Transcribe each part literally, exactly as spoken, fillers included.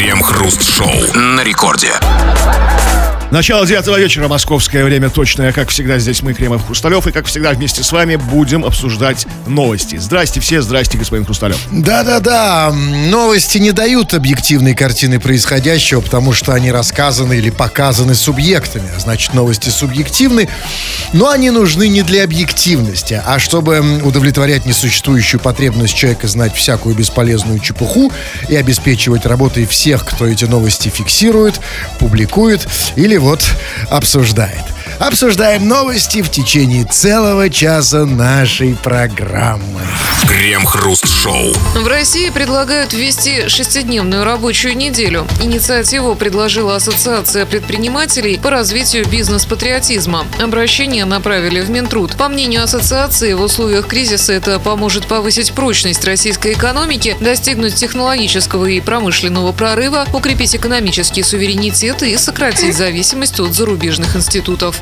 Крем-хруст-шоу на рекорде. Начало девятого вечера, московское время точное. Как всегда, здесь мы, Кремов, Хрусталев. И, как всегда, вместе с вами будем обсуждать новости. Здрасте все, здрасте, господин Хрусталев. Да-да-да, новости не дают объективной картины происходящего, потому что они рассказаны или показаны субъектами. А значит, новости субъективны, но они нужны не для объективности, а чтобы удовлетворять несуществующую потребность человека знать всякую бесполезную чепуху и обеспечивать работой всех, кто эти новости фиксирует, публикует или вот обсуждает. Обсуждаем новости в течение целого часа нашей программы. Крем-хруст-шоу. В России предлагают ввести шестидневную рабочую неделю. Инициативу предложила Ассоциация предпринимателей по развитию бизнес-патриотизма. Обращение направили в Минтруд. По мнению ассоциации, в условиях кризиса это поможет повысить прочность российской экономики, достигнуть технологического и промышленного прорыва, укрепить экономический суверенитет и сократить зависимость от зарубежных институтов.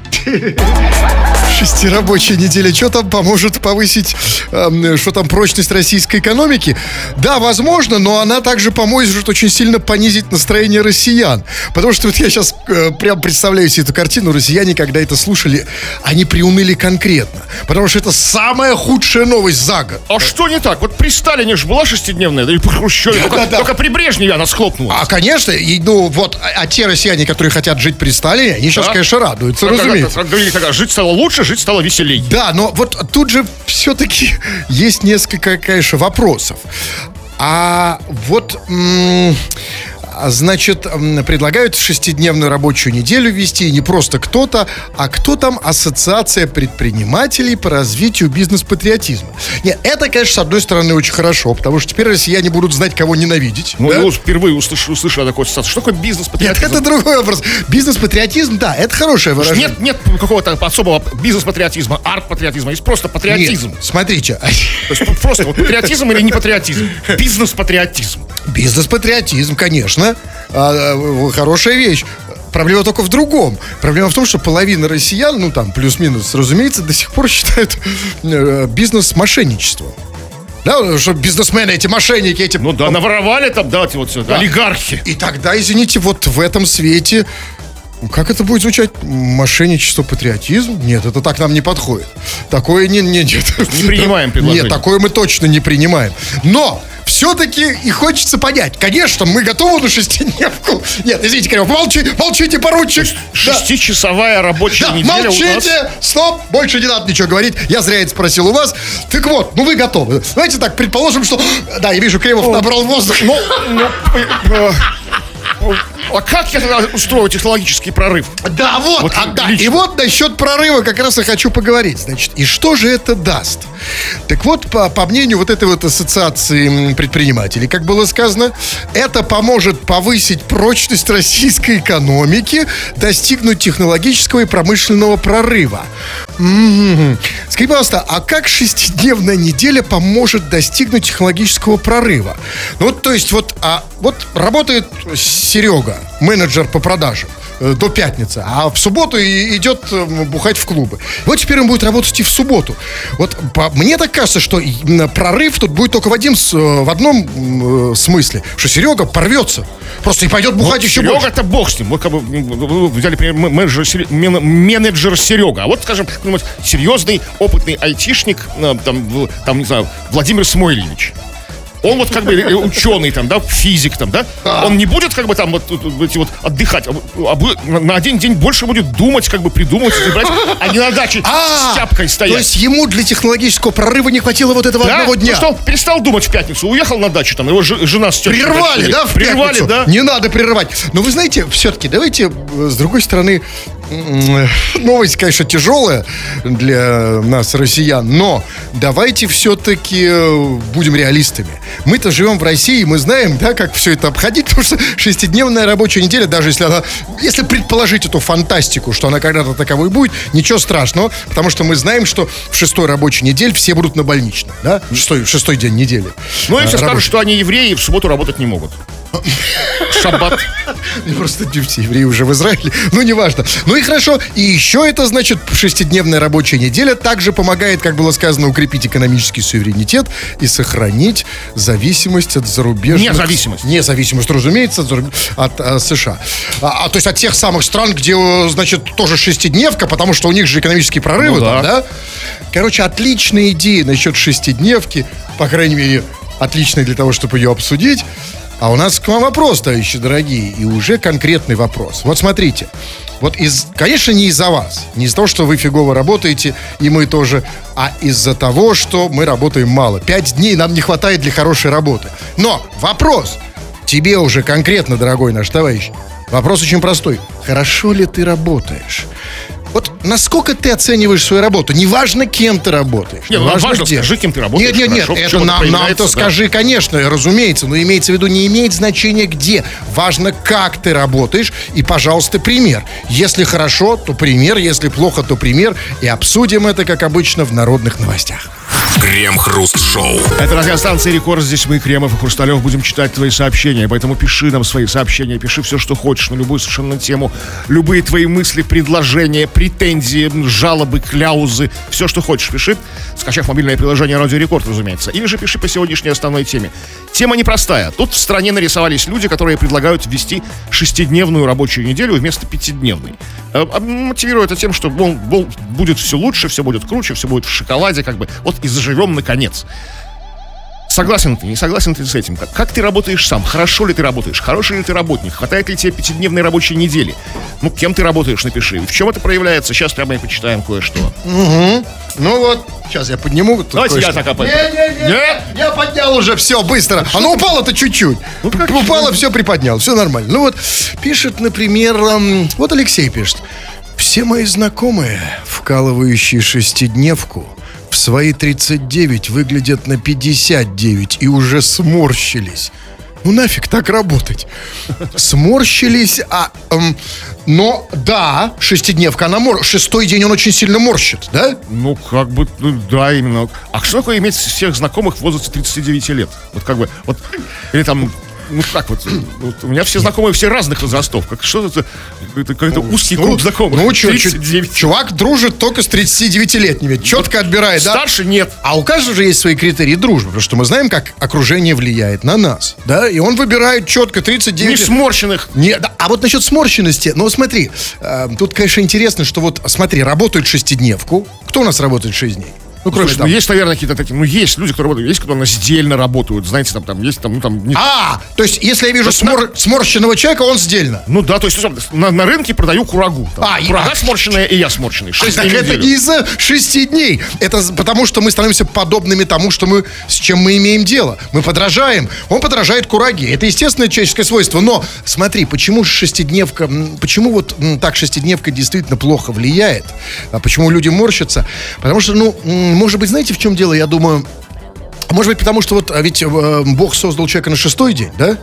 Шестирабочая неделя. Что там поможет повысить, э, что там, прочность российской экономики? Да, возможно, но она также поможет очень сильно понизить настроение россиян. Потому что вот я сейчас э, прям представляю себе эту картину. Россияне, когда это слушали, они приуныли конкретно. Потому что это самая худшая новость за год. А что не так? Вот при Сталине же была шестидневная, да и при Хрущеве. Только, да, да. только при Брежневе она схлопнулась. А, конечно, и, ну вот, а, а те россияне, которые хотят жить при Сталине, они сейчас, да? конечно, радуются, как, разумеется. Как, как, как, жить стало лучше, жить стало веселей. Да, но вот тут же все-таки есть несколько, конечно, вопросов. А вот... М- Значит, предлагают шестидневную рабочую неделю ввести. И не просто кто-то, а кто там? Ассоциация предпринимателей по развитию бизнес-патриотизма. Нет, это, конечно, с одной стороны, очень хорошо, потому что теперь россияне будут знать, кого ненавидеть. Ну, да? я вот впервые услышал, услышал о такой ассоциации. Что такое бизнес-патриотизм? Нет, это другой вопрос. Бизнес-патриотизм, да, это хорошее выражение. Нет, нет какого-то особого бизнес-патриотизма, арт-патриотизма. Есть просто патриотизм. Нет, смотрите. То есть просто вот патриотизм или не патриотизм? Бизнес-патриотизм. Бизнес-патриотизм, конечно. А, хорошая вещь. Проблема только в другом. Проблема в том, что половина россиян, ну там плюс-минус, разумеется, до сих пор считают э, бизнес мошенничеством. Да, что бизнесмены, эти мошенники, эти... Ну да, наворовали там, да, эти вот все, да. Олигархи. И тогда, извините, вот в этом свете... Как это будет звучать? Мошенничество, патриотизм? Нет, это так нам не подходит. Такое не... Не, нет. Не принимаем предложение. Нет, такое мы точно не принимаем. Но все-таки и хочется понять. Конечно, мы готовы на шестидневку. Нет, извините, Кирилл, молчи, молчите, поручик. Шестичасовая рабочая да, неделя молчите, у нас. Стоп, больше не надо ничего говорить. Я зря это спросил у вас. Так вот, ну вы готовы. Давайте так, предположим, что... Да, я вижу, Кремов набрал воздух. Ну, ну... А как я тогда устрою технологический прорыв? Да, вот, вот а, да. И вот насчет прорыва как раз и хочу поговорить. Значит, и что же это даст? Так вот, по, по мнению вот этой вот ассоциации предпринимателей, как было сказано, это поможет повысить прочность российской экономики, достигнуть технологического и промышленного прорыва. М-м-м. Скажите, пожалуйста, а как шестидневная неделя поможет достигнуть технологического прорыва? Ну вот, то есть, вот, а, вот работает Серега, менеджер по продажам, до пятницы, а в суту идет бухать в клубы. Вот теперь он будет работать и в субботу. Вот по, мне так кажется, что прорыв тут будет только в, один, в одном смысле, что Серега порвется просто и пойдет бухать вот еще Серега больше. Это бог с ним. Вот как бы вы взяли пример, менеджер, менеджер Серега. А вот, скажем, серьезный, опытный айтишник, там, там, не знаю, Владимир Смойлевич. Он вот как бы ученый там, да, физик там, да, а. Он не будет как бы там вот, эти вот отдыхать, а на один день больше будет думать, как бы придумывать, собирать, а не на даче а, с тяпкой стоять. То есть ему для технологического прорыва не хватило вот этого да? одного дня. Ну что, он перестал думать в пятницу, уехал на дачу, там его жена с тетей. Прервали, да, в Прервали, пятницу? Да. Не надо прерывать. Но вы знаете, все-таки давайте, с другой стороны, новость, конечно, тяжелая для нас, россиян, но давайте все-таки будем реалистами. Мы-то живем в России, мы знаем, да, как все это обходить, потому что шестидневная рабочая неделя, даже если она, если предположить эту фантастику, что она когда-то таковой будет, ничего страшного, потому что мы знаем, что в шестой рабочей неделе все будут на больничном, да, шестой, шестой день недели. Ну, и все скажут, что они евреи и в субботу работать не могут. Шаббат. Просто все евреи уже в Израиле. Ну, неважно. Ну и хорошо. И еще это, значит, шестидневная рабочая неделя также помогает, как было сказано, укрепить экономический суверенитет и сохранить зависимость от зарубежных... Независимость. Независимость, разумеется, от, заруб... от а, США. А, а, то есть от тех самых стран, где, значит, тоже шестидневка, потому что у них же экономические прорывы, ну, там, да. да? Короче, отличная идея насчет шестидневки. По крайней мере, отличная для того, чтобы ее обсудить. А у нас к вам вопрос, товарищи дорогие, и уже конкретный вопрос. Вот смотрите, вот из, конечно, не из-за вас, не из-за того, что вы фигово работаете, и мы тоже, а из-за того, что мы работаем мало. Пять дней нам не хватает для хорошей работы. Но вопрос тебе уже конкретно, дорогой наш товарищ, вопрос очень простой. Хорошо ли ты работаешь? Вот насколько ты оцениваешь свою работу? Неважно, кем ты работаешь. Нет, неважно, важно, где. скажи, кем ты работаешь. Нет, нет, нет, хорошо, это нам, нам-то да. скажи, конечно, разумеется, но имеется в виду, не имеет значения где. Важно, как ты работаешь, и, пожалуйста, пример. Если хорошо, то пример, если плохо, то пример, и обсудим это, как обычно, в народных новостях. Крем-хруст-шоу. Это радиостанция «Рекорд». Здесь мы, Кремов и Хрусталев, будем читать твои сообщения. Поэтому пиши нам свои сообщения, пиши все, что хочешь, на любую совершенно тему. Любые твои мысли, предложения, претензии, жалобы, кляузы. Все, что хочешь, пиши, скачав мобильное приложение «Радио Рекорд», разумеется. Или же пиши по сегодняшней основной теме. Тема непростая. Тут в стране нарисовались люди, которые предлагают ввести шестидневную рабочую неделю вместо пятидневной. Мотивируя это тем, что мол, мол, будет все лучше, все будет круче, все будет в шоколаде, как бы. Вот и заживем наконец. Согласен ты, не согласен ты с этим? Как, как ты работаешь сам? Хорошо ли ты работаешь? Хороший ли ты работник? Хватает ли тебе пятидневной рабочей недели? Ну, кем ты работаешь, напиши. В чем это проявляется? Сейчас прямо и почитаем кое-что. Угу. Ну вот, сейчас я подниму. Давайте я так опять. Нет, нет, нет, нет, я поднял уже, все, быстро. Оно упало-то чуть-чуть. Ну, как упало, все приподнял, все нормально. Ну вот, пишет, например, эм, вот Алексей пишет. Все мои знакомые, вкалывающие шестидневку, в свои тридцать девять выглядят на пятьдесят девять и уже сморщились. Ну нафиг так работать. Сморщились, а... Эм, но, да, шестидневка, она мор... Шестой день он очень сильно морщит, да? Ну, как бы, ну, да, именно. А что такое иметь всех знакомых в возрасте тридцати девяти лет? Вот как бы, вот, или там... Ну как вот, вот, у меня все знакомые все разных возрастов. Как что это, это какой-то узкий круг ну, знакомых. Ну, чё, чувак дружит только с тридцатидевятилетними. Четко отбирает, да? Старше нет. А у каждого же есть свои критерии дружбы, потому что мы знаем, как окружение влияет на нас, да? И он выбирает четко тридцать девять. Не сморщенных. Не, да, а вот насчет сморщенности, ну смотри, э, тут, конечно, интересно, что вот, смотри, работают шестидневку. Кто у нас работает шесть дней? Ну, кроме Слушай, там. ну, есть, наверное, какие-то такие, ну, есть люди, которые работают, есть, кто раздельно работают, знаете, там, там, есть, там, ну, там... Не... А, то есть, если я вижу есть, смор... на... сморщенного человека, он сдельно. Ну, да, то есть, на, на рынке продаю курагу. Там. А, Курага а, сморщенная, и я сморщенный. Шесть а, дней так это не из-за шести дней. Это потому, что мы становимся подобными тому, что мы, с чем мы имеем дело. Мы подражаем. Он подражает кураге. Это естественное человеческое свойство. Но, смотри, почему шестидневка, почему вот так шестидневка действительно плохо влияет? А почему люди морщатся? Потому что, ну, может быть, знаете, в чем дело, я думаю, может быть, потому что вот, а ведь э, Бог создал человека на шестой день, да?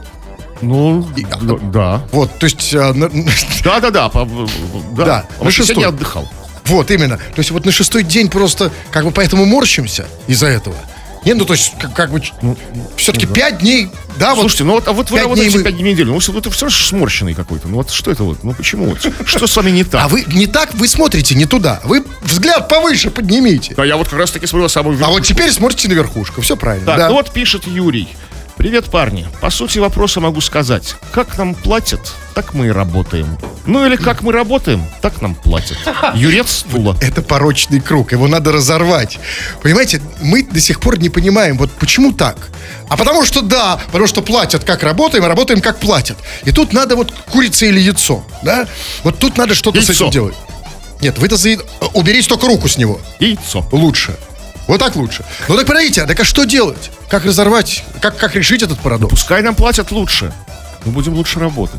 Ну, И, да, да. Вот, то есть... Э, на, Да, да, да. По, да. Да, Он на все шестой. не отдыхал. Вот, именно. То есть вот на шестой день просто, как бы, поэтому морщимся из-за этого. Нет, ну, то есть, как, как бы, ну, все-таки ну, да. пять дней, да, Слушайте, вот... ну вот, а вот вы работаете вы... пять дней в неделю, ну, это все равно сморщенный какой-то. Ну, вот что это вот? Ну, почему? Вот? Что с вами не так? А вы не так, вы смотрите не туда. Вы взгляд повыше поднимите. Да, я вот как раз таки смотрел самую верхушку. А вот теперь смотрите на верхушку, все правильно. Так, да. ну вот пишет Юрий. Привет, парни. По сути вопроса могу сказать. Как нам платят, так мы и работаем. Ну или как мы работаем, так нам платят. Юрец Тула. Это порочный круг, его надо разорвать. Понимаете, мы до сих пор не понимаем, вот почему так. А потому что да, потому что платят, как работаем, а работаем, как платят. И тут надо вот курица или яйцо, да? Вот тут надо что-то Яйцо. с этим делать. Нет, вы-то за... уберите только руку с него. Яйцо. Лучше. Вот так лучше. Ну так подождите, а так а что делать? Как разорвать? Как, как решить этот парадокс? Пускай нам платят лучше. Мы будем лучше работать.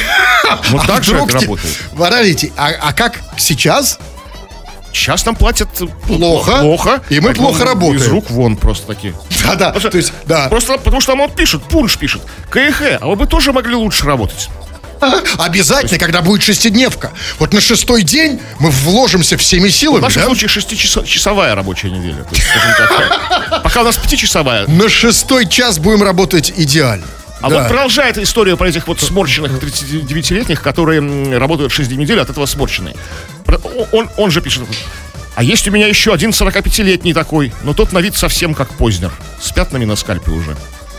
Вот А так же вдруг это те- работает. Подождите, а, а как сейчас? Сейчас нам платят Плохо. плохо И мы поэтому плохо работаем. Из рук вон просто такие. Да-да, Просто, то есть, да. просто потому что он вот пишет, Пунш пишет. КХ, а вы бы тоже могли лучше работать. Обязательно, когда будет шестидневка. Вот на шестой день мы вложимся всеми В силами, нашем да? случае шестичасовая рабочая неделя. То есть, скажем так, пока у нас пятичасовая. На шестой час будем работать идеально. А Да. вот продолжает историю про этих вот сморщенных тридцатидевятилетних, которые м, работают шесть дней в неделю, от этого сморщенные. Про- Он, он же пишет: а есть у меня еще один сорокапятилетний такой, но тот на вид совсем как Познер, с пятнами на скальпе уже.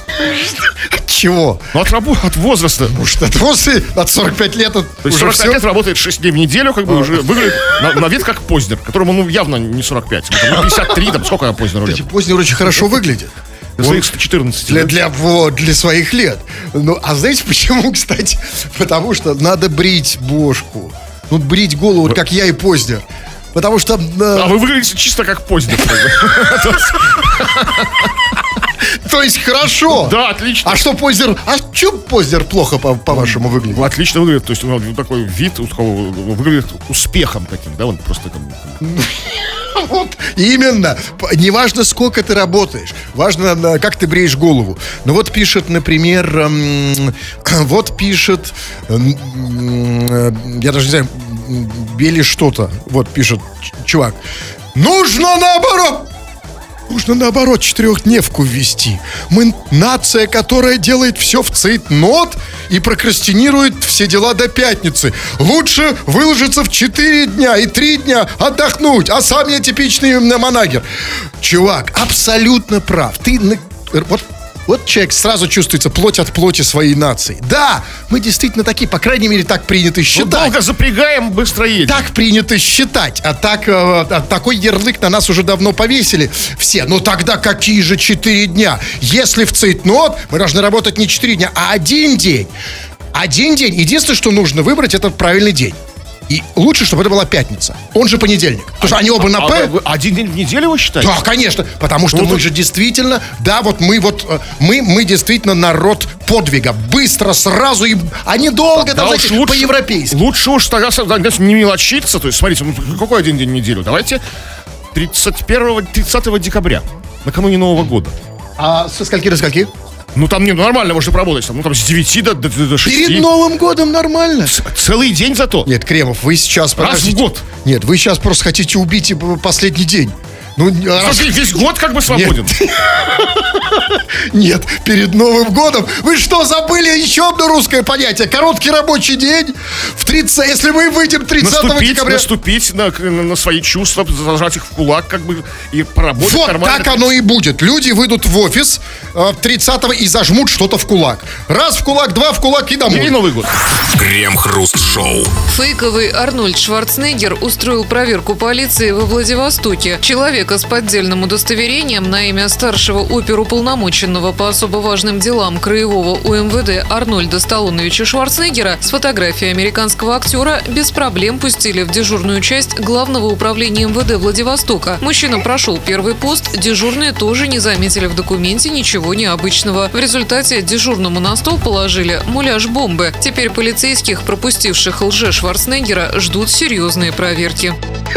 Чего? Ну, от, рабо- от возраста. Может, от после, от сорок пять лет от- То есть уже сорок пять все? лет работает шесть дней в неделю, как бы уже выглядит на, на вид как Познер, которому, ну, явно не сорок пять, ну, пятьдесят три, там, сколько Познеру лет? Поздний очень хорошо выглядит. Для своих сто четырнадцать. Для, для, вот, для своих лет. Ну, а знаете почему, кстати? Потому что надо брить бошку. Ну, брить голову, вот как я и Познер. Потому что... э, А вы выглядите чисто как Познер. То есть хорошо. Да, отлично. А что Познер... А чем Познер плохо, по- по-вашему, выглядит? Ну, отлично выглядит, то есть ну, такой вид у такого, выглядит успехом таким, да, он просто как бы... Вот, именно. П- Неважно, сколько ты работаешь. Важно, на- как ты бреешь голову. Ну, вот пишет, например... эм, вот пишет... эм, м, я даже не знаю... м, Бели что-то. Вот пишет ч- чувак. Нужно наоборот... Нужно, наоборот, четырехдневку ввести. Мы нация, которая делает все в цейтнот и прокрастинирует все дела до пятницы. Лучше выложиться в четыре дня и три дня отдохнуть. А сам я типичный м, манагер. Чувак, абсолютно прав. Ты... на- Вот, вот человек сразу чувствуется плоть от плоти своей нации. Да, мы действительно такие, по крайней мере, так принято Ну, считать. долго запрягаем, быстро едем. Так принято считать, а так э, а такой ярлык на нас уже давно повесили все. Ну тогда какие же четыре дня? Если в цейтнот мы должны работать не четыре дня, а один день. Один день. Единственное, что нужно выбрать, это правильный день. И лучше, чтобы это была пятница. Он же понедельник. Потому что они оба на А П. вы один день в неделю вы считаете? Да, конечно, потому что Ну, мы так- же действительно, да, вот мы вот, э, мы, мы действительно народ подвига. Быстро, сразу, и, а недолго, там, Да уж знаете, по-европейски. Лучше уж тогда знаете, не мелочиться. То есть, смотрите, ну, какой один день в неделю? Давайте тридцать первого, тридцатого декабря, накануне Нового года. А со скольки до скольки? Ну, там не, ну, нормально можно поработать. Там, ну, там с девяти до, до, до шести. Перед Новым годом нормально. Ц- Целый день зато. Нет, Кремов, вы сейчас... Раз в подождите. год. Нет, вы сейчас просто хотите убить и п- последний день. Ну, не- раз- Слушай, весь год как бы свободен. Нет, перед Новым годом. Вы что, забыли еще одно русское понятие? Короткий рабочий день. В тридцать, если мы выйдем тридцатого Наступить, декабря... наступить на, на- на свои чувства, зажать их в кулак, как бы, и поработать Вот нормально. так оно и будет. Люди выйдут в офис э, тридцатого и зажмут что-то в кулак. Раз в кулак, два в кулак и домой. И Новый год. Крем-хруст-шоу. Фейковый Арнольд Шварценеггер устроил проверку полиции во Владивостоке. Человека с поддельным удостоверением на имя старшего оперуполномоченного по особо важным делам краевого УМВД Арнольда Сталлоновича Шварценеггера с фотографией американского актера без проблем пустили в дежурную часть Главного управления МВД Владивостока. Мужчина прошел первый пост, дежурные тоже не заметили в документе ничего необычного. В результате дежурному на стол положили муляж бомбы. Теперь полицейских, пропустивших лже-Шварценеггера, ждут серьезные проверки.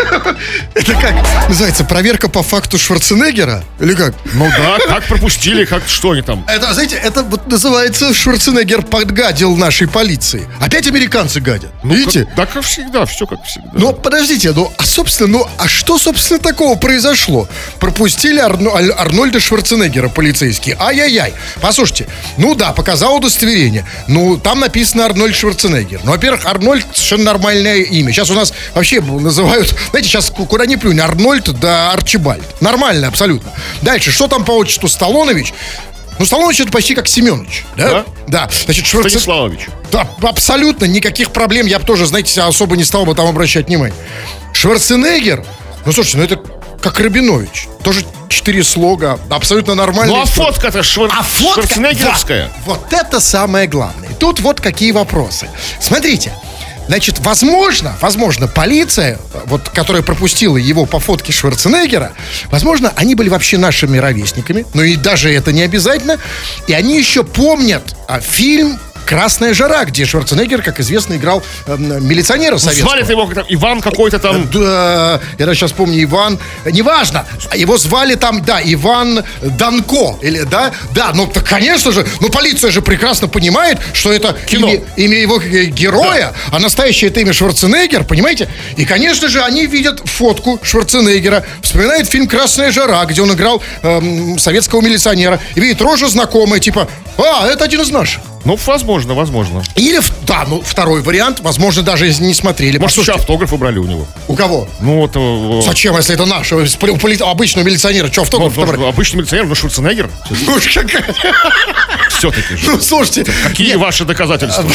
Это как называется? Проверка по факту Шварценеггера? Или как? Ну да, как пропустили, как что они там. Это, знаете, это вот называется Шварценеггер подгадил нашей полиции. Опять американцы гадят. Видите? Как- да, как всегда, все как всегда. Но подождите, ну, а собственно, ну, а что, собственно, такого произошло? Пропустили Арно- Аль- Арнольда Шварценеггера полицейские. Ай-яй-яй. Послушайте, ну да, показал удостоверение. Ну, там написано Арнольд Шварценеггер. Ну, во-первых, Арнольд совершенно нормальное имя. Сейчас у нас вообще называют, знаете, сейчас куда ни плюнь, Арнольд да Арчибальд. Нормально, абсолютно. Дальше, что там по отчеству Сталлонович? Ну, Сталлонович это почти как Семенович, да? Да. Да. Значит, Шварценеггер... Станиславович. Да, абсолютно никаких проблем. Я бы тоже, знаете, особо не стал бы там обращать внимание. Шварценеггер, ну, слушайте, ну это как Рабинович. Тоже четыре слога, абсолютно нормально. Ну а фотка-то швар... А фотка, шварценеггеровская. Вот, вот это самое главное. И тут вот какие вопросы. Смотрите, значит, возможно, возможно, полиция, вот, которая пропустила его по фотке Шварценеггера, возможно, они были вообще нашими ровесниками, но и даже это не обязательно. И они еще помнят а, фильм «Красная жара», где Шварценеггер, как известно, играл э, милиционера советского. Звали его как-то Иван какой-то там. Да, я даже сейчас помню, Иван, неважно, его звали там, да, Иван Данко, или, да, да, ну, так, конечно же, ну, полиция же прекрасно понимает, что это имя, имя его героя, да. А настоящее это имя Шварценеггер, понимаете? И, конечно же, они видят фотку Шварценеггера, вспоминают фильм «Красная жара», где он играл эм, советского милиционера, и видят рожа знакомая, типа, а, это один из наших. Ну, возможно, возможно. Или, да, ну, второй вариант, возможно, даже если не смотрели. Может, еще автограф убрали у него. У кого? Ну, вот... Э, Зачем, если это наш? У обычного милиционера, что автограф ну, убрали? Обычный милиционер, ну, Шварценеггер. Ну, какая... Все-таки же. Ну, слушайте... Какие нет. ваши доказательства?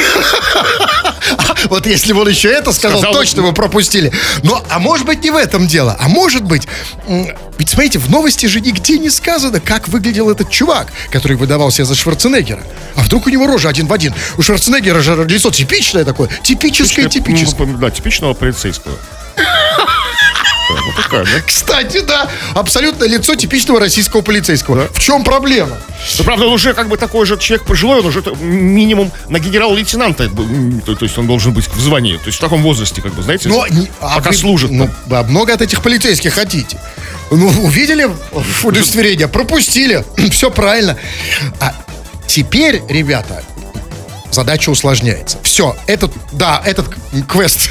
Вот если бы он еще это сказал, сказал точно вы пропустили. Но, а может быть, не в этом дело. А может быть... Ведь, смотрите, в новости же нигде не сказано, как выглядел этот чувак, который выдавал себя за Шварценеггера. А вдруг у него рожа один в один? У Шварценеггера же лицо типичное такое. Типическое, типическое. Да, типичного полицейского. Вот такая, да? Кстати, да, абсолютно лицо типичного российского полицейского. Да. В чем проблема? Ну, правда, он уже как бы такой же человек пожилой, он уже минимум на генерал-лейтенанта, то, то есть он должен быть в звании, то есть в таком возрасте, как бы, знаете, но, пока вы, служит. Ну, да, много от этих полицейских хотите. Ну, увидели удостоверение, пропустили, все правильно. А теперь, ребята, задача усложняется. Все, этот, да, этот квест,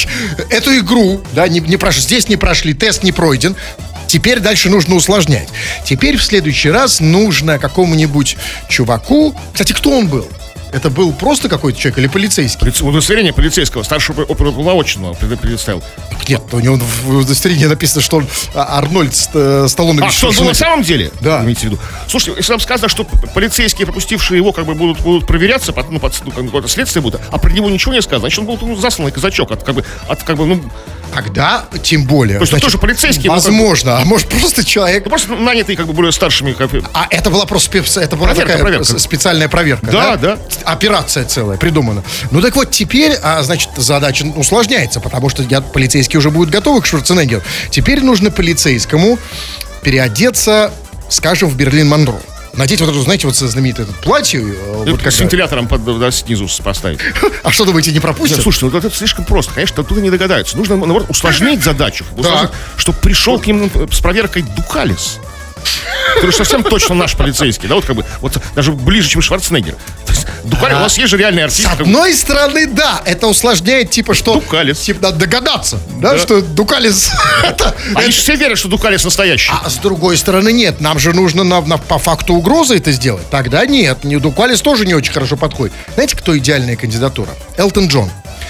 эту игру, да, не, не прошли, здесь не прошли, тест не пройден. Теперь дальше нужно усложнять. Теперь в следующий раз нужно какому-нибудь чуваку... Кстати, кто он был? Это был просто какой-то человек или полицейский? Удостоверение полицейского, старшего оперуполномоченного предоставил. Нет, у него в удостоверении написано, что он Арнольд Сталлоне. А, что он был на самом деле? Да. Имейте в виду. Слушайте, если вам сказано, что полицейские, пропустившие его, как бы будут, будут проверяться, под, ну, под ну, какое-то следствие будет, а про него ничего не сказано, значит, он был ну, засланный казачок от, как бы, от, как бы, ну... Тогда, тем более... То есть, значит, тоже полицейский... Возможно, ну, а может, просто человек... Ну, просто нанятый, как бы, более старшими... Как... А это была просто это была проверка, такая проверка. специальная проверка, да? Да, да. Операция целая придумана. Ну, так вот, теперь, а, значит, задача усложняется, потому что я, полицейские уже будут готовы к Шварценеггеру. Теперь нужно полицейскому переодеться, скажем, в Берлин Монро. Надеть вот это, знаете, вот знаменитое это платье. Вот с вентилятором под, да, снизу поставить. А что, думаете, не пропустят? Нет, слушайте, ну это слишком просто. Конечно, оттуда не догадаются. Нужно, наоборот, усложнить задачу. Усложнить, чтобы пришел к ним с проверкой Дукалис. Который совсем точно наш полицейский, да, вот как бы, вот даже ближе, чем Шварценеггер. То есть, Дукалис, а, у нас есть же реальный артист. С одной стороны, да, это усложняет, типа, что... Дукалис. Типа, надо догадаться, да, да. что Дукалис... это, Они это... же все верят, что Дукалис настоящий. А с другой стороны, нет, нам же нужно на, на, по факту угрозы это сделать. Тогда нет, не, Дукалис тоже не очень хорошо подходит. Знаете, кто идеальная кандидатура? Элтон Джон.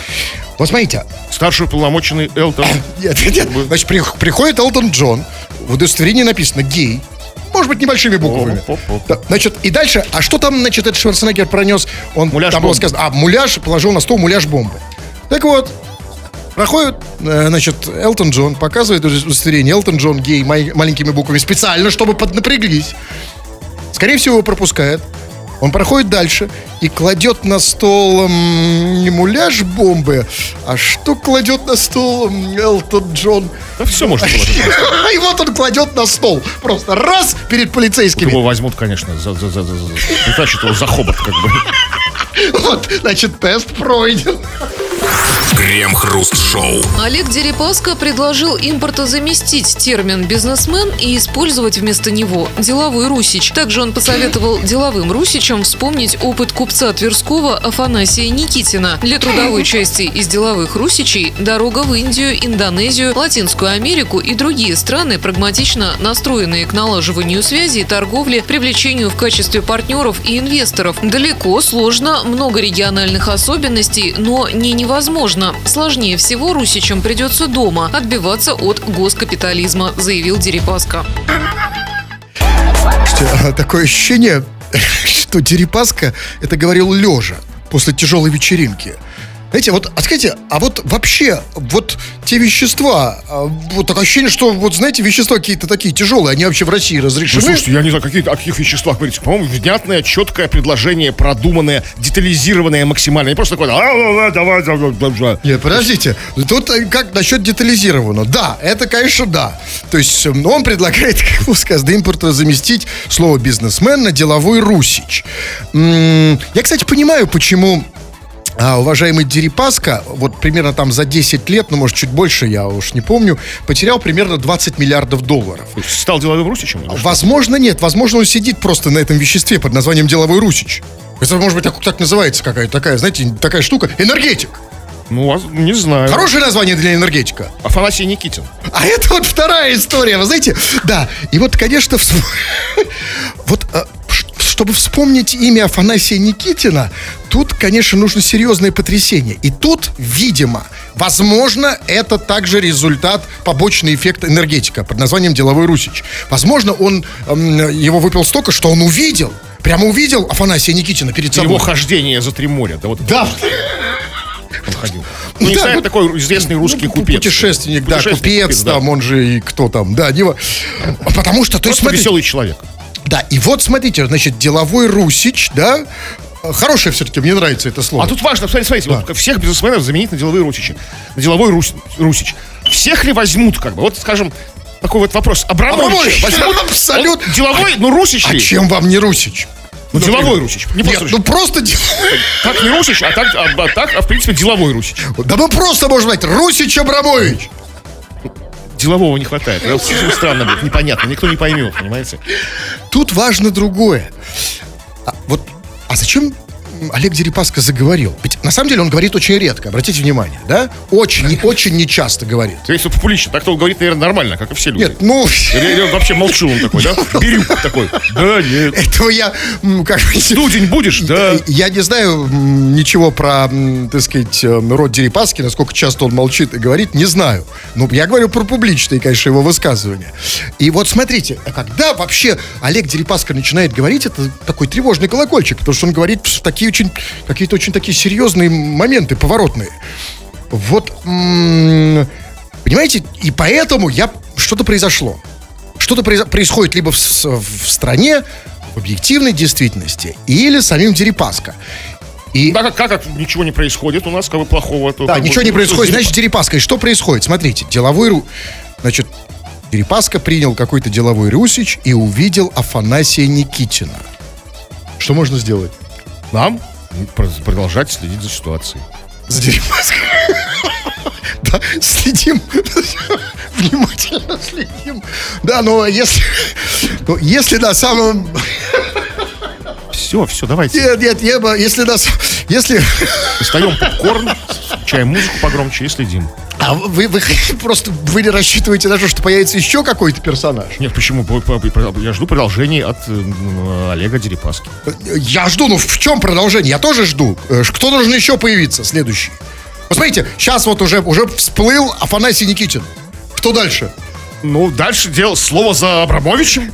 Вот смотрите. Старший уполномоченный Элтон. Нет, нет, значит, при, приходит Элтон Джон, в удостоверении написано «гей». Может быть, небольшими буквами. О, о, о. Да, значит, и дальше, а что там, значит, этот Шварценеггер пронес? Он, муляж там бомбы. было сказано, а, муляж, положил на стол муляж бомбы. Так вот, проходит, значит, Элтон Джон, показывает удостоверение, Элтон Джон гей маленькими буквами, специально, чтобы поднапряглись. Скорее всего, его пропускает. Он проходит дальше и кладет на стол м, не муляж бомбы, а что кладет на стол м, Элтон Джон? Да все можно положить. И вот он кладет на стол. Просто раз перед полицейскими. Его возьмут, конечно, за, за, за, за, за, притащат его за хобот, как бы. Вот, значит, тест пройден. Крем-хруст-шоу. Олег Дерипаска предложил импортозаместить термин «бизнесмен» и использовать вместо него «деловой русич». Также он посоветовал деловым русичам вспомнить опыт купца Тверского Афанасия Никитина. Для трудовой части из деловых русичей дорога в Индию, Индонезию, Латинскую Америку и другие страны, прагматично настроенные к налаживанию связей, торговле, привлечению в качестве партнеров и инвесторов. Далеко, сложно, много региональных особенностей, но не невозможно. Сложнее всего русичам придется дома отбиваться от госкапитализма, заявил Дерипаска. Такое ощущение, что Дерипаска это говорил лежа после тяжелой вечеринки. Знаете, вот, а скажите, а вот вообще, вот те вещества, а, вот такое ощущение, что, вот знаете, вещества какие-то такие тяжелые, они вообще в России разрешены? Ну, слушайте, я не знаю, какие, о каких веществах говорите. По-моему, внятное, четкое предложение, продуманное, детализированное максимально. Не просто такое, а, давай, давай, давай. Нет, подождите, тут как насчет детализированного? Да, это, конечно, да. То есть он предлагает, как сказано, импорта заместить слово бизнесмен на деловой русич. М-м, я, кстати, понимаю, почему... А, уважаемый Дерипаска, вот примерно там за десять лет, ну, может, чуть больше, я уж не помню, потерял примерно двадцать миллиардов долларов. Стал деловым русичем? Возможно, нет. Возможно, он сидит просто на этом веществе под названием деловой русич. Это, может быть, так, так называется какая-то такая, знаете, такая штука. Энергетик. Ну, не знаю. Хорошее название для энергетика. Афанасий Никитин. А это вот вторая история, вы знаете? Да, и вот, конечно, всп... вот... Чтобы вспомнить имя Афанасия Никитина, тут, конечно, нужно серьезное потрясение. И тут, видимо, возможно, это также результат, побочный эффект энергетика под названием деловой русич. Возможно, он эм, его выпил столько, что он увидел, прямо увидел Афанасия Никитина перед собой. Его хождение за три моря. Да. Вот да. Он ходил. Ну, не да, знаю, вот, такой известный русский ну, купец. Путешественник, да, Путешественник, купец, купец, да. там, он же и кто там, да, не... Потому что, то есть, Просто смотрите, веселый человек. Да, и вот, смотрите, значит, деловой русич, да, хорошее все-таки, мне нравится это слово. А тут важно, смотрите, смотрите, Да. вот всех бизнесменов заменить на деловые русичи. На деловой рус, русич. Всех ли возьмут, как бы? Вот, скажем, такой вот вопрос. Абрамович возьмут? Абсолютно. Он деловой, ну, русич А ли? чем вам не русич? Ну, деловой русич. Не Нет, просто ну русич. просто... деловой. Так не русич, а так, а, а так, а в принципе, деловой русич. Да мы просто можем сказать, Русич Абрамович. Делового не хватает. Это совсем странно будет, непонятно, никто не поймет, понимаете? Тут важно другое. А, вот, а зачем Олег Дерипаска заговорил? Ведь на самом деле он говорит очень редко, обратите внимание, да? Очень, не, очень нечасто говорит. Если публично, так-то он говорит, наверное, нормально, как и все люди. Нет, ну... Я, я вообще молчу, он такой, да? Бирюк такой. Да, нет. Этого я, м, как бы... Студень будешь? Да. Я не знаю м, ничего про, м, так сказать, э, род Дерипаски, насколько часто он молчит и говорит, не знаю. Ну, я говорю про публичные, конечно, его высказывания. И вот смотрите, когда вообще Олег Дерипаска начинает говорить, это такой тревожный колокольчик, потому что он говорит такие очень, какие-то очень такие серьезные моменты, поворотные. Вот, м- понимаете, и поэтому я, что-то произошло. Что-то произо- происходит либо в, в стране, в объективной действительности, или самим Дерипаска. И... Да, как, как ничего не происходит у нас, как бы плохого. То, Да, как ничего бы, не происходит, Дерипаска. значит, Дерипаска. И что происходит? Смотрите, деловой... ру- Значит, Дерипаска принял какой-то деловой русич и увидел Афанасия Никитина. Что можно сделать? Нам продолжать следить за ситуацией. За Дерипаской. Да, следим. Внимательно следим. Да, но если... Ну, если на самом... Все, все, давайте. Нет, нет, я бы... Если нас... Если... Достаем попкорн, включаем музыку погромче и следим. А вы, вы просто... Вы не рассчитываете на то, что появится еще какой-то персонаж? Нет, почему? Я жду продолжения от э, Олега Дерипаски. Я жду, ну в чем продолжение? Я тоже жду. Э, Кто должен еще появиться следующий? Посмотрите, сейчас вот уже, уже всплыл Афанасий Никитин. Кто дальше? Ну, дальше дело слово за Абрамовичем.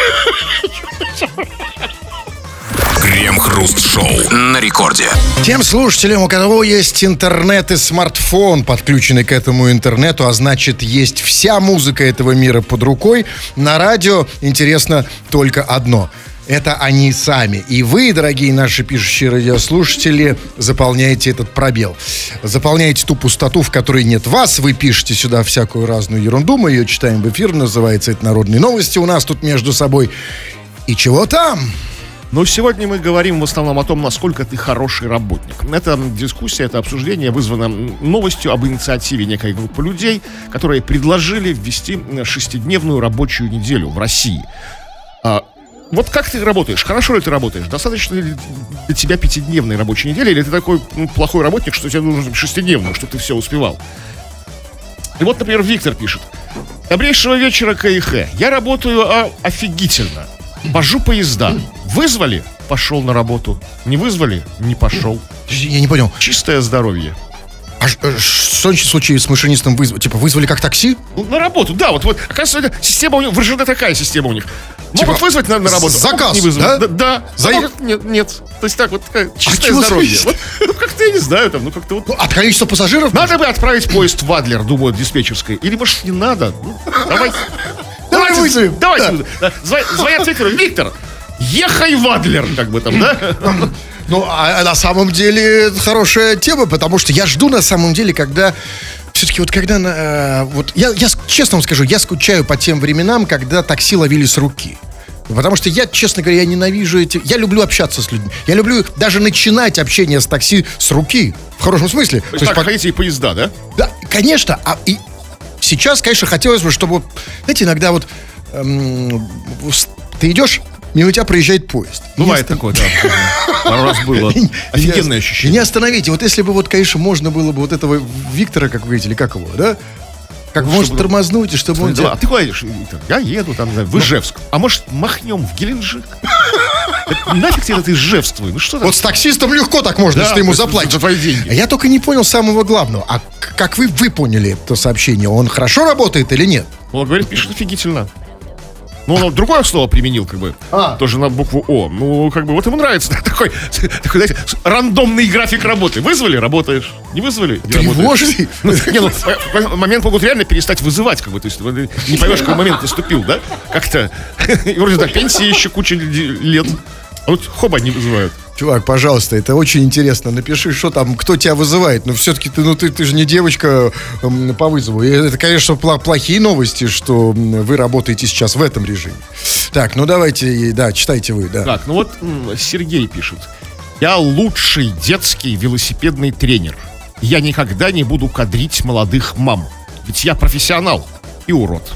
Крем-хруст-шоу на рекорде. Тем слушателям, у кого есть интернет и смартфон, подключенный к этому интернету, а значит, есть вся музыка этого мира под рукой, на радио интересно только одно. Это они сами. И вы, дорогие наши пишущие радиослушатели, заполняете этот пробел. Заполняете ту пустоту, в которой нет вас. Вы пишете сюда всякую разную ерунду. Мы ее читаем в эфир. Называется это «Народные новости». У нас тут между собой. И чего там? Но сегодня мы говорим в основном о том, насколько ты хороший работник. Эта дискуссия, это обсуждение вызвано новостью об инициативе некой группы людей, которые предложили ввести шестидневную рабочую неделю в России. А, вот как ты работаешь? Хорошо ли ты работаешь? Достаточно ли для тебя пятидневной рабочей недели? Или ты такой ну, плохой работник, что тебе нужно шестидневную, чтобы ты все успевал? И вот, например, Виктор пишет. Добрейшего вечера, КХ. Я работаю а, офигительно. Вожу поезда. Вызвали? Пошел на работу. Не вызвали? Не пошел. Я не понял. Чистое здоровье. А ш- э, что в случае с машинистом вызвали? Типа вызвали как такси? Ну, на работу, да. Вот, вот оказывается, система у них, в РЖД такая система у них. Могут Типа, вызвать на, на работу, заказ, а могут не вызвать. да? Да, да. За- А могут- нет, нет. То есть так вот такая, чистое чего здоровье. зависит? Вот, ну, как ты я не знаю, там, ну как-то вот... Ну, от количества пассажиров? Надо бы отправить поезд в Адлер, думаю, диспетчерской. Или, может, не надо? Ну, давай. Давай вызовем. Давайте. Да. Зв- Звонят Виктору. Виктор, ехай в Адлер, как бы там, да? Ну, а, а на самом деле это хорошая тема, потому что я жду на самом деле, когда... Все-таки вот когда... э, вот я, я честно вам скажу, я скучаю по тем временам, когда такси ловили с руки. Потому что я, честно говоря, я ненавижу эти... Я люблю общаться с людьми. Я люблю даже начинать общение с такси с руки. В хорошем смысле. То есть так по- хотите и поезда, да? Да, конечно. А и сейчас, конечно, хотелось бы, чтобы... вот, знаете, иногда вот... эм, с- ты идешь, мимо тебя проезжает поезд. Бывает И не такое, да. Пару раз было. И- Офигенное и- ощущение. И не остановите. Вот если бы, вот, конечно, можно было бы вот этого Виктора, как вы говорите, или как его, да? Как Ну, может чтобы- тормознуть, и чтобы он... Да, тебя- а ты куда едешь, Виктор? Я еду там, не знаю, в Ижевск. А может, махнем в Геленджик? Это нафиг тебе это Ижевство? Ну что Вот с таксистом легко так можно, Да, если ты ему то есть заплатишь. за твои деньги. А я только не понял самого главного. А к- как вы, вы поняли это сообщение? Он хорошо работает или нет? Он говорит, пишет офигительно. Ну, он другое слово применил, как бы, А. тоже на букву О. Ну, как бы, вот ему нравится да, такой, такой, знаете, с- рандомный график работы. Вызвали — работаешь. Не вызвали — не работаешь. Тревожный. Ну, не, ну, в какой момент могут реально перестать вызывать, как бы, то есть ты не поймешь, какой момент наступил, да? Как-то. И вроде до пенсии еще куча лет. А вот хоба не вызывают. Чувак, пожалуйста, это очень интересно. Напиши, что там, кто тебя вызывает. Ну, все-таки ты, ну, ты, ты же не девочка м, по вызову. И это, конечно, пла- плохие новости, что м, вы работаете сейчас в этом режиме. Так, ну давайте, да, читайте вы, да. Так, ну вот м, Сергей пишет. Я лучший детский велосипедный тренер. Я никогда не буду кадрить молодых мам. Ведь я профессионал и урод.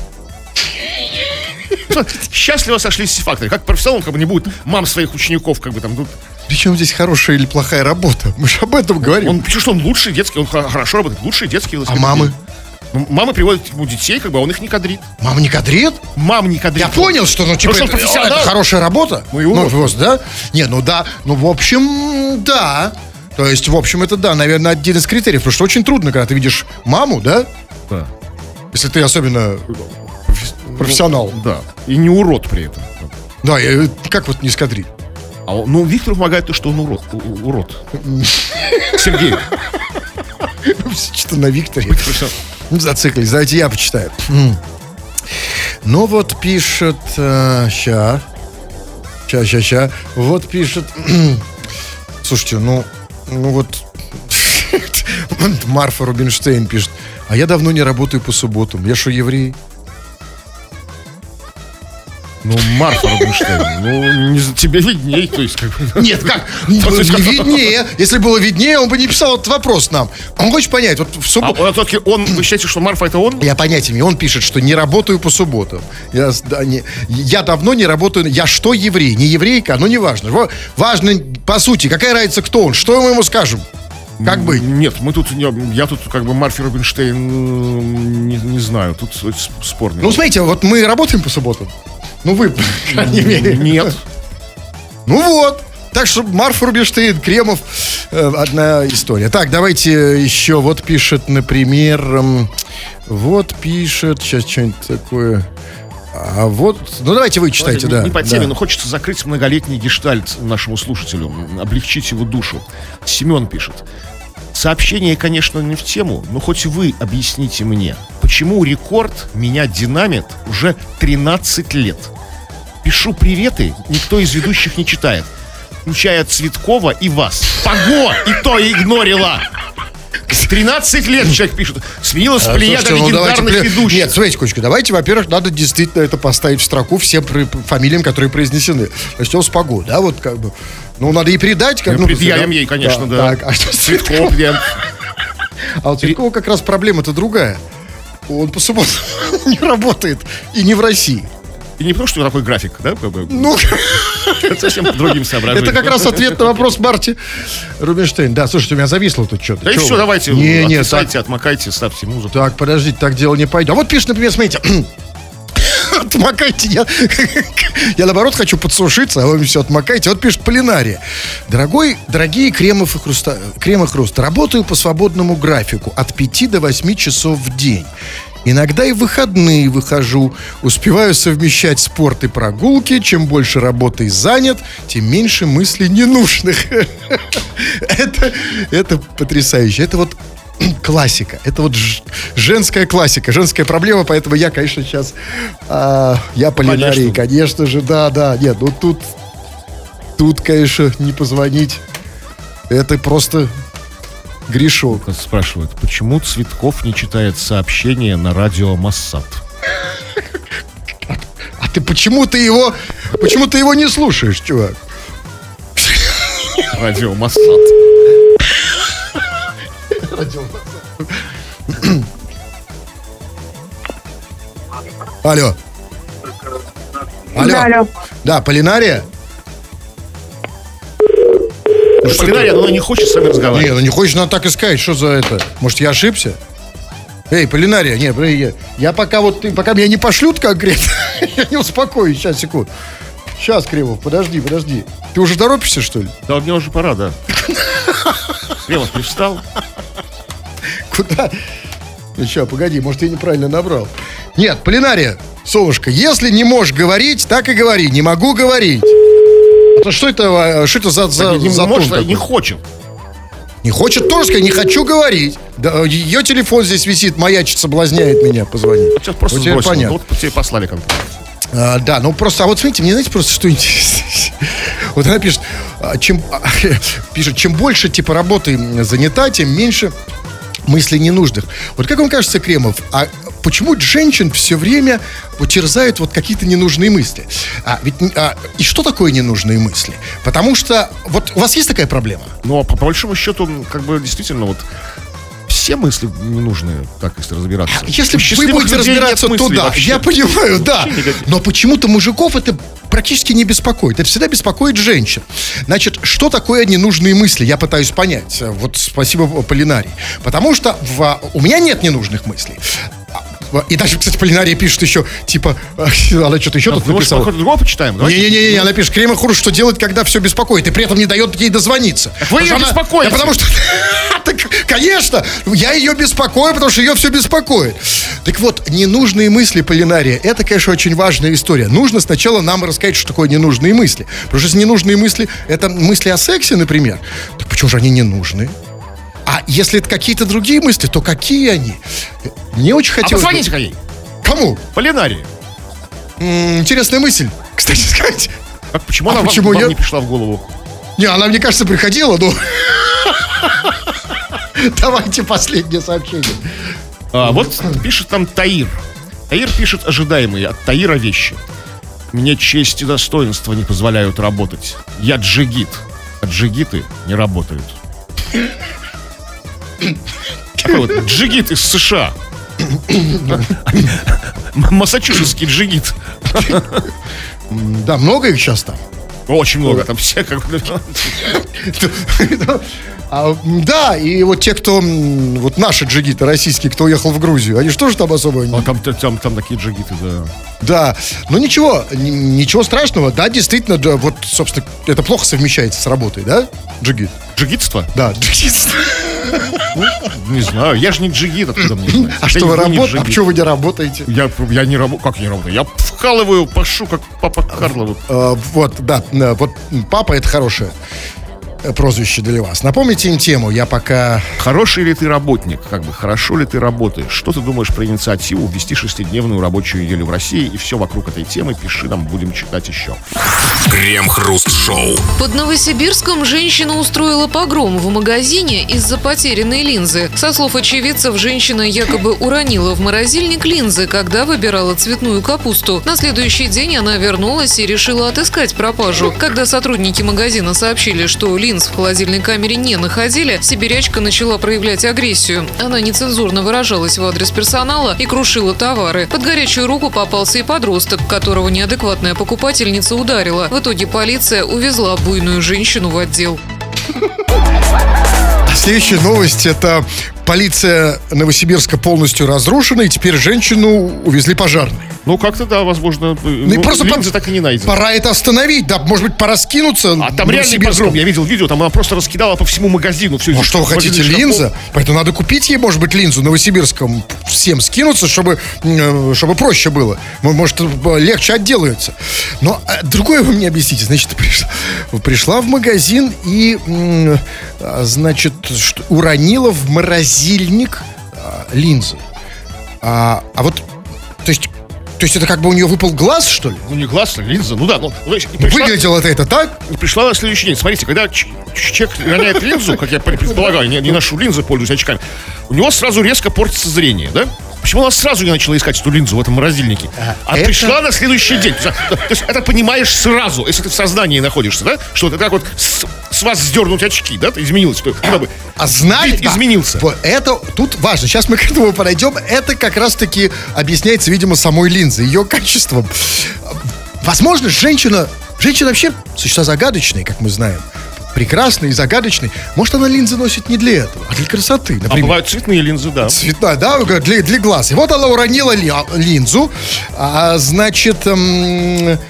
Счастливо сошлись все факторы. Как профессионал, как бы не будет мам своих учеников, как бы там. Ну, Причем здесь хорошая или плохая работа? Мы же об этом говорим. он пишет, что он лучший детский, он х- хорошо работает, лучший детский А велосипед. мамы? Ну, мамы приводят ему детей, как бы, а он их не кадрит. Мама не кадрит? Мам не кадрит. Я понял, что, ну, типа, Потому что он это, профессионал. это хорошая работа. Ну, и урод. просто, да? Не, ну да, ну, в общем, да. То есть, в общем, это, да, наверное, один из критериев, потому что очень трудно, когда ты видишь маму, да? Да. Если ты особенно профессионал. Да. И не урод при этом. Да, и как вот не скадрить? А он- ну, Виктору помогает то, что он урод. у- у- урод. Сергей. Что на Викторе. Ну, зациклись, давайте я почитаю. М. Ну вот пишет... Ща. Ща, ща, ща. Вот пишет... Слушайте, ну... Ну вот... Марфа Рубинштейн пишет. А я давно не работаю по субботам. Я что, еврей? Ну, Марфа Рубинштейн, ну, не за тебе видней, то есть, как бы... Нет, как? Не виднее. Если было виднее, он бы не писал этот вопрос нам. Он хочет понять, вот в А субботу... он, все-таки он, вы считаете, что Марфа это он? Я понятия не имею. Он пишет, что не работаю по субботам. Я, с- да, не- я давно не работаю. Я что, еврей? Не еврейка, но не важно. Во- Важно, по сути, какая разница, кто он? Что мы ему скажем? Как быть? Нет, мы тут, не- я тут как бы Марфи Рубинштейн м, не, не знаю, тут с- спорный. Ну, смотрите, вот мы работаем по субботам. Ну, вы, по крайней мере. Нет. Ну вот. Так что Марфа Рубинштейн, Кремов, э, одна история. Так, давайте еще. Вот пишет, например, эм, вот пишет, сейчас что-нибудь такое. А вот, ну давайте вы читайте, Не- да. Не по теме, да. но хочется закрыть многолетний гештальт нашему слушателю, м, облегчить его душу. Семен пишет. Сообщение, конечно, не в тему, но хоть вы объясните мне, почему рекорд меня динамит уже тринадцать лет. Пишу приветы, никто из ведущих не читает, включая Цветкова и вас. Пого! И то игнорила! тринадцать лет человек пишет. Сменилась А, плеяда слушайте, ну, давайте легендарных при- ведущих. Нет, смотрите, Кучка, давайте, во-первых, надо действительно это поставить в строку всем при- фамилиям, которые произнесены. Начнем с Пого, да, вот как бы. Ну, надо и передать. Как, Мы ну, предъявим да. ей, конечно, да. Так, а что с Цветков, Цветковым? я- А у Цветкова как раз проблема-то другая. Он по субботам не работает. И не в России. И не потому, что такой график, да? как бы, Ну, это совсем по другим соображениям. это как раз ответ на вопрос Марти Рубинштейн. Да, слушайте, у меня зависло тут что-то. Да и Чё все, вы? давайте, Не, не, так, отписайте, отмокайте, ставьте музыку. так, подождите, так дело не пойдет. А вот пишет, например, смотрите. Отмокайте, я, я наоборот хочу подсушиться, а вы все отмокайте. Вот пишет Полинария. Дорогой, дорогие Кремов и Хруста, Крем и Хруст, работаю по свободному графику от пяти до восьми часов в день. Иногда и в выходные выхожу. Успеваю совмещать спорт и прогулки. Чем больше работой занят, тем меньше мыслей ненужных. Это, это потрясающе. Это вот классика. Это вот ж, женская классика, женская проблема. Поэтому я, конечно, сейчас... А, я полинарий, конечно. конечно же. Да, да. Нет, ну тут... Тут, конечно, не позвонить. Это просто грешок. Спрашивают, почему Цветков не читает сообщения на радио Моссад? А ты почему ты его... Почему ты его не слушаешь, чувак? Радио Моссад. Радио Моссад. Алло. Алло. Да, алло. Да, Полинария? Ну, что Полинария, она не хочет с вами разговаривать. Не, ну не хочет, надо так и сказать. Что за это? Может, я ошибся? Эй, Полинария, нет, я, я пока вот, ты, пока меня не пошлют конкретно, я не успокоюсь. Сейчас, секунду. Сейчас, Кремов, подожди, подожди. Ты уже торопишься, что ли? Да, мне уже пора, да. Кремов не встал. Куда? Сейчас, погоди, может, я неправильно набрал. Нет, Полинария, солнышко, если не можешь говорить, так и говори. Не могу говорить. Это что это, что это за, за, не, за может, тон не хочет. Не хочет тоже сказать, не хочу говорить. Да, ее телефон здесь висит, маячит, соблазняет меня позвонить. Сейчас просто вот сбросил. Понятно. Вот тебе послали контакт. А, да, ну просто, а вот смотрите, мне знаете просто, что интересно. Вот она пишет, чем, пишет, чем больше типа работы занята, тем меньше мыслей ненужных. Вот как вам кажется, Кремов, а почему женщин все время вот терзают вот какие-то ненужные мысли? А, ведь, а, и что такое ненужные мысли? Потому что, вот у вас есть такая проблема? Ну, а по, по большому счету, как бы действительно вот все мысли ненужные, так если разбираться. Если вы будете разбираться, то да, вообще. Я понимаю, да. Но почему-то мужиков это практически не беспокоит. Это всегда беспокоит женщин. Значит, что такое ненужные мысли? Я пытаюсь понять. Вот спасибо, Полинарий. Потому что в, у меня нет ненужных мыслей. И даже, кстати, Полинария пишет еще, типа, она что-то еще а тут написала. Может, другого почитаем? Не-не-не, она пишет, Кремов хуже, что делать, когда все беспокоит, и при этом не дает ей дозвониться. Так вы ее она, беспокоите. Да, потому что, так, конечно, я ее беспокою, потому что ее все беспокоит. Так вот, ненужные мысли, Полинария, это, конечно, очень важная история. Нужно сначала нам рассказать, что такое ненужные мысли. Потому что если ненужные мысли, это мысли о сексе, например, так почему же они ненужные? А если это какие-то другие мысли, то какие они? Мне очень хотелось... А позвоните-ка ей. Кому? Полинарии. М-м, интересная мысль, кстати сказать. Как, почему а она почему вам, я... вам не пришла в голову? Не, она, мне кажется, приходила, но... Давайте последнее сообщение. А, вот пишет там Таир. Таир пишет ожидаемые от Таира вещи. Мне честь и достоинство не позволяют работать. Я джигит. А джигиты не работают. Такой вот джигит из США. Массачусетский джигит. Да, много их сейчас там? Очень много, там все как бы... А, да, и вот те, кто, вот наши джигиты российские, кто уехал в Грузию, они же тоже там особо... А там, там, там такие джигиты, да. Да, но ничего, ничего страшного, да, действительно, да, вот, собственно, это плохо совмещается с работой, да, джигит? Джигитство? Да, джигитство. Ну, не знаю, я же не джигит, откуда мне знать. А что вы работаете? А почему вы не работаете? Я, я не работаю, как не работаю? Я вкалываю, пашу, как папа Карло. А, вот, да, вот папа это хорошее прозвище для вас. Напомните им тему, я пока... Хороший ли ты работник? Как бы, хорошо ли ты работаешь? Что ты думаешь про инициативу ввести шестидневную рабочую неделю в России? И все вокруг этой темы пиши, нам будем читать еще. Крем-хруст-шоу. Под Новосибирском женщина устроила погром в магазине из-за потерянной линзы. Со слов очевидцев, женщина якобы уронила в морозильник линзы, когда выбирала цветную капусту. На следующий день она вернулась и решила отыскать пропажу. Когда сотрудники магазина сообщили, что линзы в холодильной камере не находили, сибирячка начала проявлять агрессию. Она нецензурно выражалась в адрес персонала и крушила товары. Под горячую руку попался и подросток, которого неадекватная покупательница ударила. В итоге полиция увезла буйную женщину в отдел. Следующая новость – это полиция Новосибирска полностью разрушена, и теперь женщину увезли пожарные. Ну, как-то, да, возможно. Ну, Ну, и просто линзы по- так и не найдены. Пора это остановить, да, может быть, пора скинуться. А там реальный погром. Я видел видео, там она просто раскидала по всему магазину. Всю Ну, что вы хотите, линза? Поэтому надо купить ей, может быть, линзу Новосибирском. Всем скинуться, чтобы, м, чтобы проще было. М- Может, э, легче отделаются. Но э, другое вы мне объясните. Значит, пришла, пришла в магазин и, м, а, значит, что, уронила в морозильник а, линзы. А, а вот, то есть, то есть это как бы у нее выпал глаз, что ли? Ну, не глаз, а линза. Ну да, ну, знаешь, и пришла, Выглядело это, это так? и пришла на следующий день. Смотрите, когда ч- ч- человек роняет линзу, как я предполагаю, не, не ношу линзы, пользуюсь очками, у него сразу резко портится зрение, да? Почему она сразу не начала искать эту линзу в этом морозильнике? А это- пришла на следующий день. То есть, то есть это понимаешь сразу, если ты в сознании находишься, да? Что это как вот с, с вас сдернуть очки, да? Ты изменилось. что- Куда бы? А знали, Вид да. изменился. Вот это тут важно. Сейчас мы к этому подойдем. Это как раз-таки объясняется, видимо, самой линзой, ее качеством. Возможно, женщина, женщина вообще существа загадочные, как мы знаем. Прекрасный и загадочный. Может, она линзы носит не для этого, а для красоты, А например. бывают цветные линзы, да. Цветная, да, для, для глаз. И вот она уронила ли- а, линзу, а, значит, эм,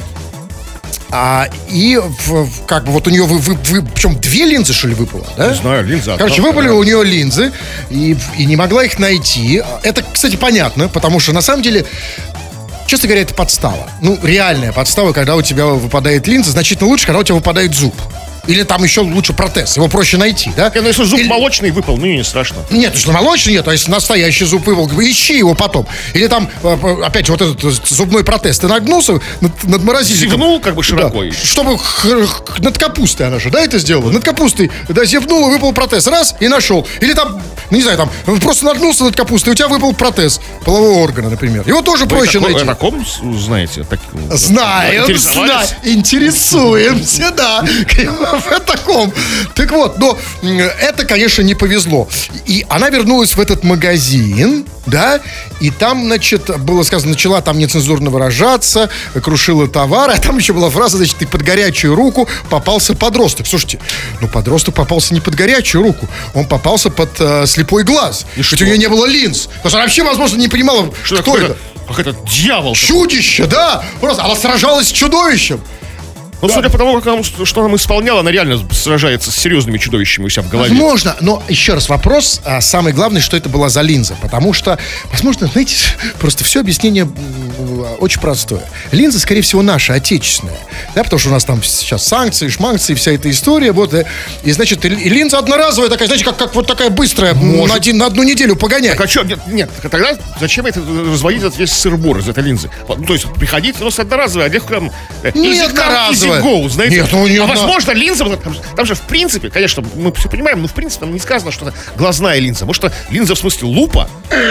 а, и в- в- как бы вот у нее, вы, вы, вы- причем две линзы, что ли, выпало, да? Не знаю, линза. Короче, одна, выпали вторая. у нее линзы, и, и не могла их найти. Это, кстати, понятно, потому что на самом деле, честно говоря, это подстава. Ну, реальная подстава, когда у тебя выпадает линза, значительно лучше, когда у тебя выпадает зуб. Или там еще лучше протез, его проще найти, да? Не, ну, если зуб Или- молочный выпал, ну и не страшно. Нет, если молочный нет, а если настоящий зуб выпал, ищи его потом. Или там, э, опять же, вот этот э, зубной протез. Ты нагнулся над, над морозильником. Зевнул как бы широко. Да, чтобы х- х- над капустой она же, да, это сделала? Над капустой, да, зевнул, и выпал протез. Раз, и нашел. Или там, ну, не знаю, там, просто нагнулся над капустой, и у тебя выпал протез полового органа, например. Его тоже Вы проще тако- найти. о таком с- знаете? Так, Знаем, интересовались? знаем, интересуемся, да, в таком. Так вот, но м, это, конечно, не повезло. И она вернулась в этот магазин, да, и там, значит, было сказано, начала там нецензурно выражаться, крушила товар, а там еще была фраза, значит, и под горячую руку попался подросток. Слушайте, ну подросток попался не под горячую руку, он попался под э, слепой глаз. И Ведь что? у нее не было линз. Потому что она вообще, возможно, не понимала, Что кто такое? это. Как это дьявол. Чудище, да! Просто она сражалась с чудовищем. Ну, судя по тому, как она, что она исполняла, она реально сражается с серьезными чудовищами у себя в голове. Возможно, но еще раз вопрос, а, самый главный, что это была за линза. Потому что, возможно, знаете, просто все объяснение м, очень простое. Линза, скорее всего, наша, отечественная. Да, потому что у нас там сейчас санкции, шманкции, вся эта история. Вот, э, и, значит, и, и линза одноразовая такая, знаете, как, как вот такая быстрая, м, на, один, на одну неделю погонять. Так а что, нет, нет, тогда зачем это разводить этот весь сыр-бор из этой линзы? Ну, то есть приходить, просто одноразовая, а легко там... э, Не easy come, одноразовая. easy go, знаете? Нет, ну, не а одна- возможно, линза, вот там, же- там же в принципе, конечно, мы все понимаем, но в принципе там не сказано, что это глазная линза. Может, это линза в смысле лупа?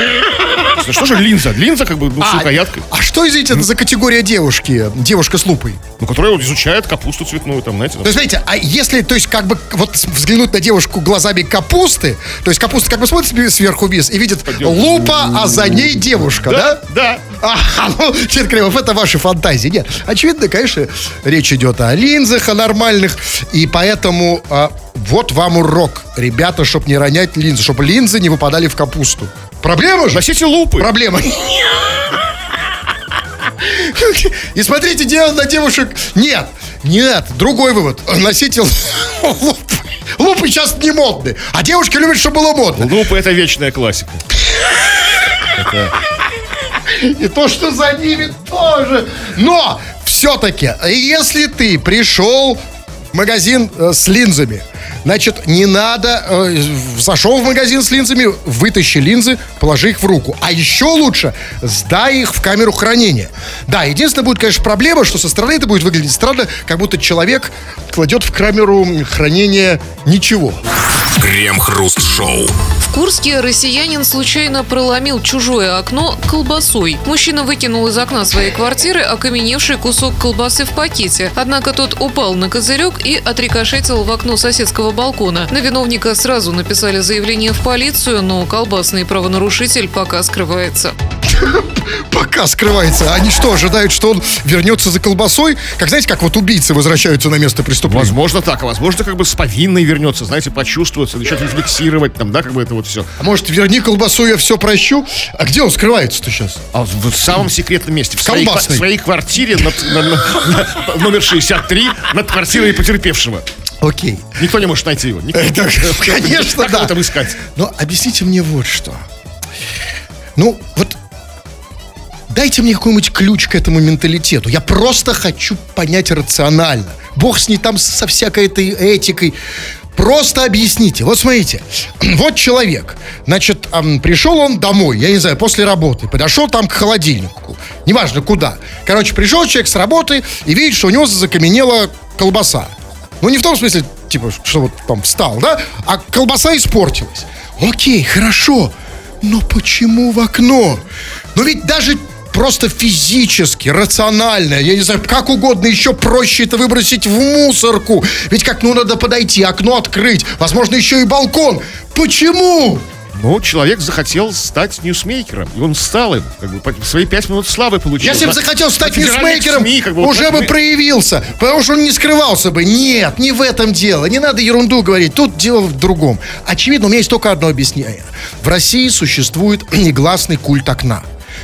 Что же линза? Линза как бы ну, с рукояткой. а что, извините, это за категория девушки? Девушка с лупой? Ну, которая вот изучает капусту цветную, там, знаете. То есть, смотрите, а если, то есть, как бы, вот взглянуть на девушку глазами капусты, то есть капуста как бы смотрит себе сверху вниз и видит лупа, а за ней девушка, да? Да. А, ну, Чет Кремов, это ваши фантазии. Нет, очевидно, конечно, речь идет о линзах, о нормальных, и поэтому а, вот вам урок, ребята, чтобы не ронять линзы, чтобы линзы не выпадали в капусту. Проблема же? Носите лупы. Проблема. И смотрите, дело на девушек. Нет, нет, другой вывод. Носите лупы. Лупы сейчас не модны, а девушки любят, чтобы было модно. Лупы — это вечная классика. И то, что за ними тоже. Но все-таки, если ты пришел в магазин э, с линзами, значит, не надо, э, зашел в магазин с линзами, вытащи линзы, положи их в руку. А еще лучше, сдай их в камеру хранения. Да, единственная будет, конечно, проблема, что со стороны это будет выглядеть странно, как будто человек кладет в камеру хранения ничего. Крем-хруст-шоу. В Курске россиянин случайно проломил чужое окно колбасой. Мужчина выкинул из окна своей квартиры окаменевший кусок колбасы в пакете. Однако тот упал на козырек и отрикошетил в окно соседского балкона. На виновника сразу написали заявление в полицию, но колбасный правонарушитель пока скрывается. пока скрывается. Они что, ожидают, что он вернется за колбасой? Как, знаете, как вот убийцы возвращаются на место преступления? Возможно так, а возможно как бы с повинной вернется, знаете, почувствуется, начнет рефлексировать там, да, как бы это вот все. А может, верни колбасу, я все прощу? А где он скрывается-то сейчас? А в, в самом секретном месте, в своей, в Колбасной. своей квартире над, на- на- на- номер шестьдесят три над квартирой потерпевшего. Окей. Никто не может найти его. Никто. Это, конечно, Как да. его там искать? Но объясните мне вот что. Ну, вот дайте мне какой-нибудь ключ к этому менталитету. Я просто хочу понять рационально. Бог с ней там со всякой этой этикой. Просто объясните. Вот смотрите. Вот человек. Значит, эм, пришел он домой, я не знаю, после работы. Подошел там к холодильнику. Неважно куда. Короче, пришел человек с работы и видит, что у него закаменела колбаса. Ну, не в том смысле, типа, что вот там встал, да? А колбаса испортилась. Окей, хорошо. Но почему в окно? Но ведь даже просто физически, рационально, я не знаю, как угодно, еще проще это выбросить в мусорку. Ведь как, ну, надо подойти, окно открыть, возможно, еще и балкон. Почему? Ну, человек захотел стать ньюсмейкером, и он стал им, как бы, по- свои пять минут славы получил. Если бы На- захотел стать на федеральных ньюсмейкером, СМИ, как бы, вот уже как бы мы- проявился, потому что он не скрывался бы. Нет, не в этом дело, не надо ерунду говорить, тут дело в другом. Очевидно, у меня есть только одно объяснение. В России существует негласный культ окна.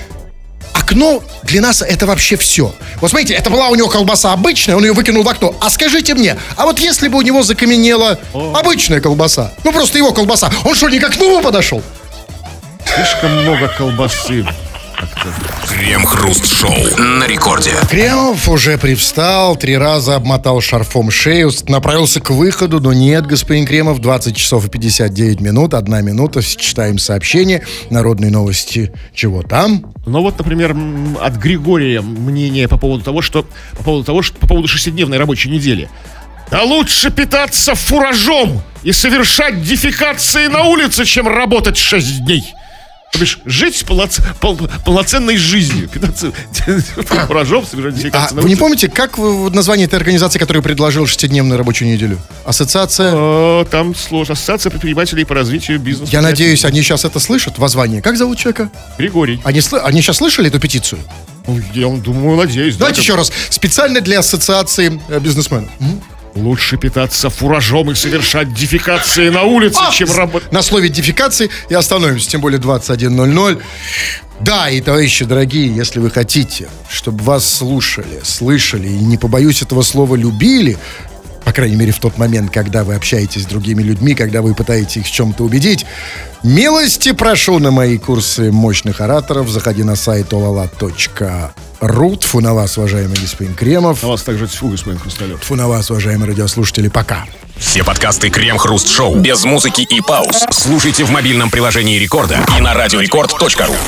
Окно для нас это вообще все. Вот смотрите, это была у него колбаса обычная, он ее выкинул в окно. А скажите мне, а вот если бы у него закаменела обычная колбаса, ну просто его колбаса, он что, не к окну подошел? Слишком много колбасы. Крем-хруст-шоу на рекорде. Кремов уже привстал, три раза обмотал шарфом шею, направился к выходу, но нет, господин Кремов, двадцать часов и пятьдесят девять минут, одна минута, читаем сообщение, народные новости, чего там? Ну вот, например, м, от Григория мнение по поводу того, что по поводу того, что по поводу шестидневной рабочей недели. Да лучше питаться фуражом и совершать дефекации на улице, чем работать шесть дней. То бишь, жить полноц... пол... полноценной жизнью. Питаться фуражом, совершать А дефекации на вы не улице. помните, как вы- название этой организации, которая предложила шестидневную рабочую неделю? Ассоциация... Э, Там сложно. Ассоциация предпринимателей по развитию бизнеса. Я надеюсь, они сейчас это слышат, воззвание. Как зовут человека? Григорий. Они, сл- они сейчас слышали эту петицию? Ну, Я думаю, надеюсь. да, Давайте как- еще раз. Специально для ассоциации э, бизнесменов. Лучше питаться фуражом и совершать дефекации на улице, А, чем работать. На слове дефекации и остановимся, тем более двадцать один ноль ноль. Да, и, товарищи дорогие, если вы хотите, чтобы вас слушали, слышали и, не побоюсь этого слова, любили, по крайней мере, в тот момент, когда вы общаетесь с другими людьми, когда вы пытаетесь их в чем-то убедить, милости прошу на мои курсы мощных ораторов. Заходи на сайт олала точка ру. Тьфу на вас, уважаемый господин Кремов. На вас также тьфу, господин Хрусталев. Тьфу на вас, уважаемые радиослушатели. Пока. Все подкасты Крем-хруст-шоу без музыки и пауз слушайте в мобильном приложении Рекорда и на радиорекорд точка ру.